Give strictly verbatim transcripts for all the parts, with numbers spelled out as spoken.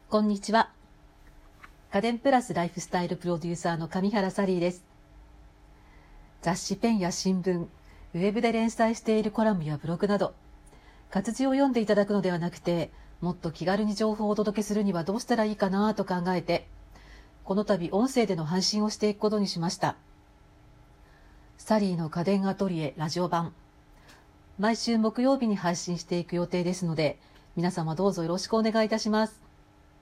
こんにちは。家電プラスライフスタイルプロデューサーの上原サリーです。雑誌ペンや新聞、ウェブで連載しているコラムやブログなど、活字を読んでいただくのではなくて、もっと気軽に情報をお届けするにはどうしたらいいかなと考えて、この度音声での配信をしていくことにしました。サリーの家電アトリエラジオ版、毎週木曜日に配信していく予定ですので、皆様どうぞよろしくお願いいたします。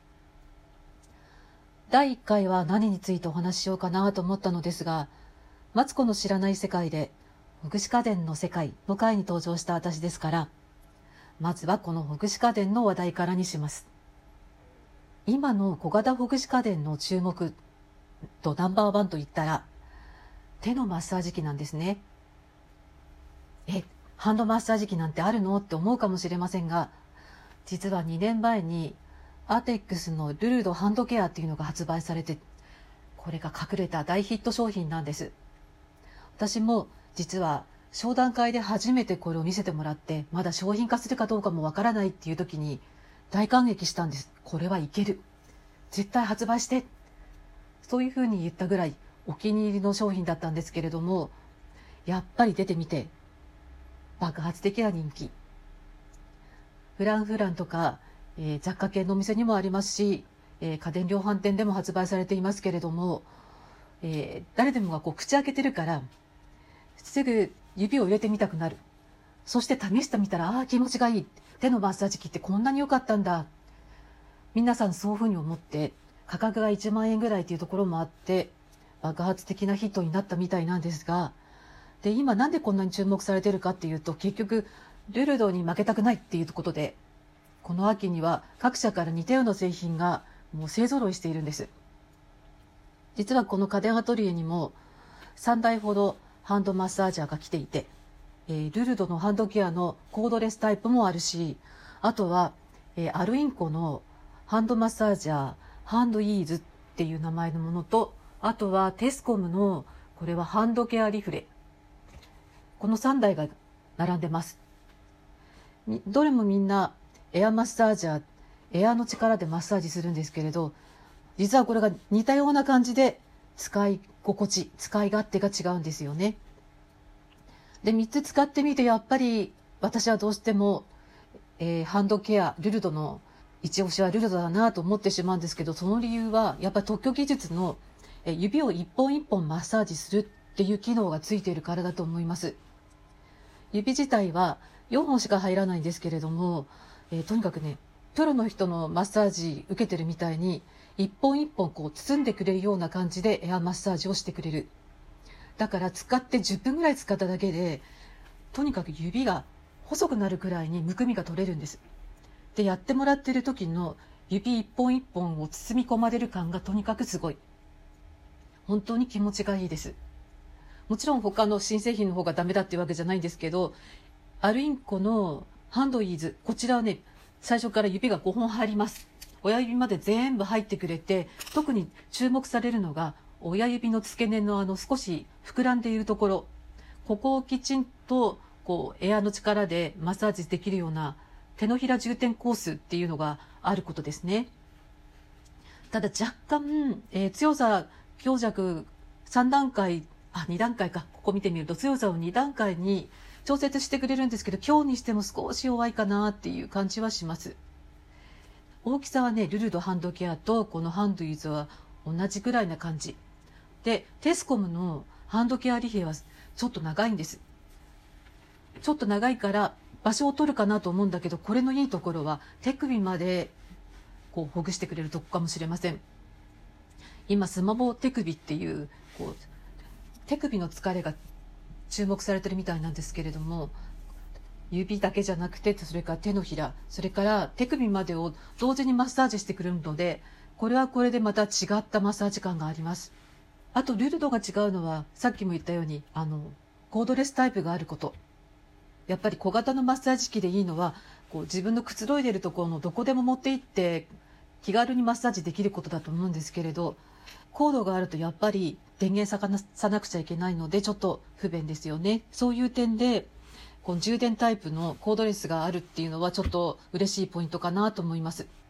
だいいっかいは何についてお話ししようかなと思ったのですが、マツコの知らない世界でほぐし家電の世界の回に登場した私ですから、まずはこのほぐし家電の話題からにします。今の小型ほぐし家電の注目とナンバーワンといったら、手のマッサージ機なんですね。え、ハンドマッサージ機なんてあるのって思うかもしれませんが、実はにねんまえにアーテックスのルルドハンドケアっていうのが発売されて、これが隠れた大ヒット商品なんです。私も実は商談会で初めてこれを見せてもらって、まだ商品化するかどうかもわからないっていう時に大感激したんです。これはいける。絶対発売して。そういうふうに言ったぐらいお気に入りの商品だったんですけれども、やっぱり出てみて爆発的な人気。フランフランとか、えー、雑貨系のお店にもありますし、えー、家電量販店でも発売されていますけれども、えー、誰でもがこう口開けてるからすぐ指を入れてみたくなる。そして試してみたら、ああ気持ちがいい、手のマッサージ機ってこんなに良かったんだ。皆さんそういうふうに思って価格がいちまんえんぐらいというところもあって爆発的なヒットになったみたいなんですが、で今なんでこんなに注目されてるかっていうと、結局ルルドに負けたくないっていうことで、この秋には各社から似たような製品がもう勢ぞろいしているんです。実はこの家電アトリエにもさんだいほどハンドマッサージャーが来ていて、えー、ルルドのハンドケアのコードレスタイプもあるし、あとは、えー、アルインコのハンドマッサージャーハンドイーズっていう名前のものと、あとはテスコムのこれはハンドケアリフレ、このさんだいが並んでます。どれもみんなエアマッサージャー、エアの力でマッサージするんですけれど、実はこれが似たような感じで使い心地、使い勝手が違うんですよね。でみっつ使ってみて、やっぱり私はどうしても、えー、ハンドケアルルドの一押しはルルドだなと思ってしまうんですけど、その理由はやっぱり特許技術の、えー、指を一本一本マッサージするっていう機能がついているからだと思います。指自体はよんほんしか入らないんですけれども、えー、とにかくね、プロの人のマッサージ受けてるみたいに一本一本こう包んでくれるような感じでエアマッサージをしてくれる。だから使ってじゅっぷんぐらい使っただけで、とにかく指が細くなるくらいにむくみが取れるんです。でやってもらってる時の指一本一本を包み込まれる感がとにかくすごい。本当に気持ちがいいです。もちろん他の新製品の方がダメだっていうわけじゃないんですけど、アルインコのハンドイーズ、こちらはね、最初から指がごほん入ります。親指まで全部入ってくれて、特に注目されるのが親指の付け根のあの少し膨らんでいるところ、ここをきちんとこうエアの力でマッサージできるような手のひら重点コースっていうのがあることですね。ただ若干、えー、強さ強弱さんだんかい、あにだんかいか、ここ見てみると強さをにだんかいに調節してくれるんですけど、今日にしても少し弱いかなっていう感じはします。大きさはね、ルルドハンドケアとこのハンドユーズは同じぐらいな感じで、テスコムのハンドケアリフレはちょっと長いんです。ちょっと長いから場所を取るかなと思うんだけど、これのいいところは手首までこうほぐしてくれるとこかもしれません。今スマホ手首っていうこう手首の疲れが注目されてるみたいなんですけれども、指だけじゃなくて、それから手のひら、それから手首までを同時にマッサージしてくれるので、これはこれでまた違ったマッサージ感があります。あとルルドが違うのは、さっきも言ったようにあのコードレスタイプがあること。やっぱり小型のマッサージ機でいいのは、こう自分のくつろいでるところのどこでも持って行って気軽にマッサージできることだと思うんですけれど、コードがあるとやっぱり電源さなくちゃいけないのでちょっと不便ですよね。そういう点でこの充電タイプのコードレスがあるっていうのはちょっと嬉しいポイントかなと思います。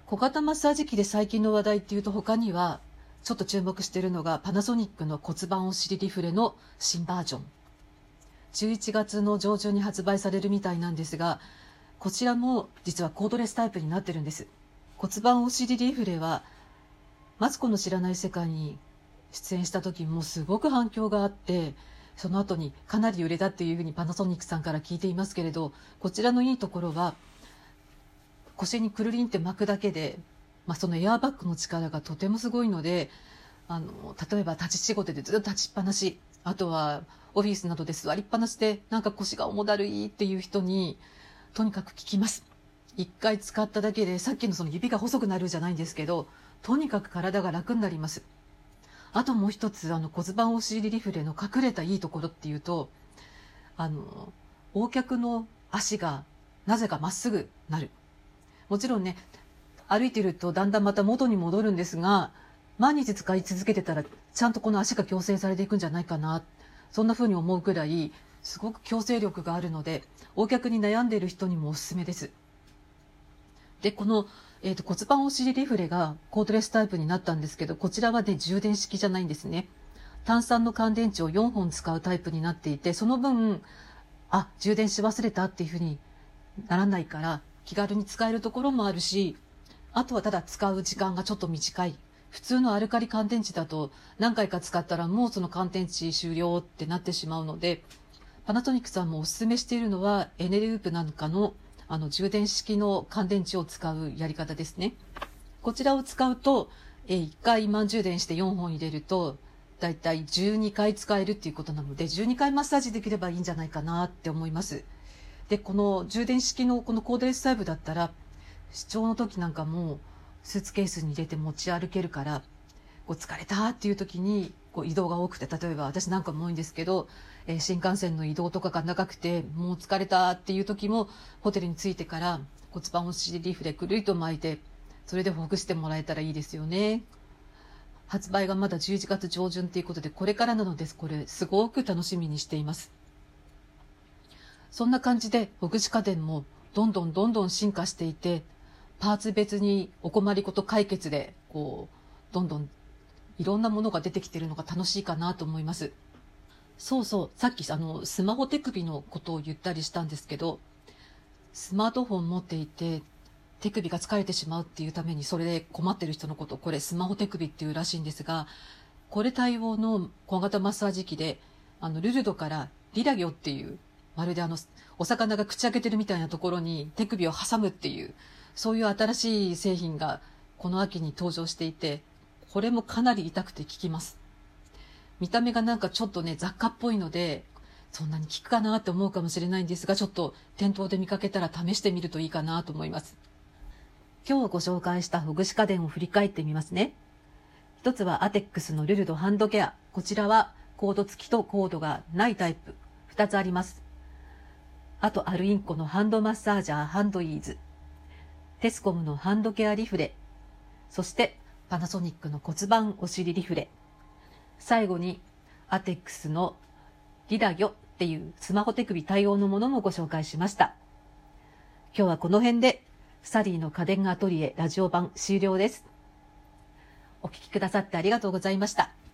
小型マッサージ機で最近の話題っていうと、他にはちょっと注目しているのがパナソニックの骨盤お尻リフレの新バージョン。じゅういちがつの上旬に発売されるみたいなんですが、こちらも実はコードレスタイプになってるんです。骨盤お尻リフレはマツコの知らない世界に出演した時もすごく反響があって、その後にかなり売れたっていうふうにパナソニックさんから聞いていますけれど、こちらのいいところは腰にくるりんって巻くだけで、まあ、そのエアバッグの力がとてもすごいので、あの例えば立ち仕事でずっと立ちっぱなし、あとはオフィスなどで座りっぱなしでなんか腰が重だるいっていう人にとにかく効きます。一回使っただけで、さっきのその指が細くなるじゃないんですけど、とにかく体が楽になります。あともう一つ、あの骨盤お尻リフレの隠れたいいところっていうと、あの横脚の足がなぜかまっすぐなる。もちろんね、歩いてるとだんだんまた元に戻るんですが、毎日使い続けてたらちゃんとこの足が矯正されていくんじゃないかな、そんな風に思うくらいすごく矯正力があるので、横脚に悩んでいる人にもおすすめです。で、この、えーと、骨盤お尻リフレがコードレスタイプになったんですけど、こちらはね、充電式じゃないんですね。単三の乾電池をよんほん使うタイプになっていて、その分、あ、充電し忘れたっていう風にならないから気軽に使えるところもあるし、あとはただ使う時間がちょっと短い。普通のアルカリ乾電池だと何回か使ったらもうその乾電池終了ってなってしまうので、パナソニックさんもおすすめしているのはエネループなんかのあの充電式の乾電池を使うやり方ですね。こちらを使うと、えいっかい満充電してよんほん入れるとだいたいじゅうにかい使えるっていうことなので、じゅうにかいマッサージできればいいんじゃないかなって思います。で、この充電式のこのコードレスタイプだったら、出張の時なんかもスーツケースに入れて持ち歩けるから、こう疲れたっていう時にこう移動が多くて、例えば私なんかも多いんですけど、えー、新幹線の移動とかが長くてもう疲れたっていう時も、ホテルに着いてから骨盤お尻リフレくるりと巻いて、それでほぐしてもらえたらいいですよね。発売がまだじゅういちがつ上旬ということで、これからなのです。これすごく楽しみにしています。そんな感じでほぐし家電もどんどんどんどん進化していて、パーツ別にお困りごと解決でこうどんどんいろんなものが出てきているのが楽しいかなと思います。そうそう、さっきあのスマホ手首のことを言ったりしたんですけど、スマートフォン持っていて手首が疲れてしまうっていうために、それで困ってる人のことをこれスマホ手首っていうらしいんですが、これ対応の小型マッサージ機で、あのルルドからリラギョっていう、まるであのお魚が口開けてるみたいなところに手首を挟むっていう、そういう新しい製品がこの秋に登場していて、これもかなり痛くて効きます。見た目がなんかちょっとね雑貨っぽいので、そんなに効くかなって思うかもしれないんですが、ちょっと店頭で見かけたら試してみるといいかなと思います。今日ご紹介したほぐし家電を振り返ってみますね。一つはアテックスのルルドハンドケア。こちらはコード付きとコードがないタイプふたつあります。あとアルインコのハンドマッサージャーハンドイーズ、テスコムのハンドケアリフレ、そしてパナソニックの骨盤お尻リフレ、最後にアテックスのリラギョっていうスマホ手首対応のものもご紹介しました。今日はこの辺でサリーの家電アトリエラジオ版終了です。お聞きくださってありがとうございました。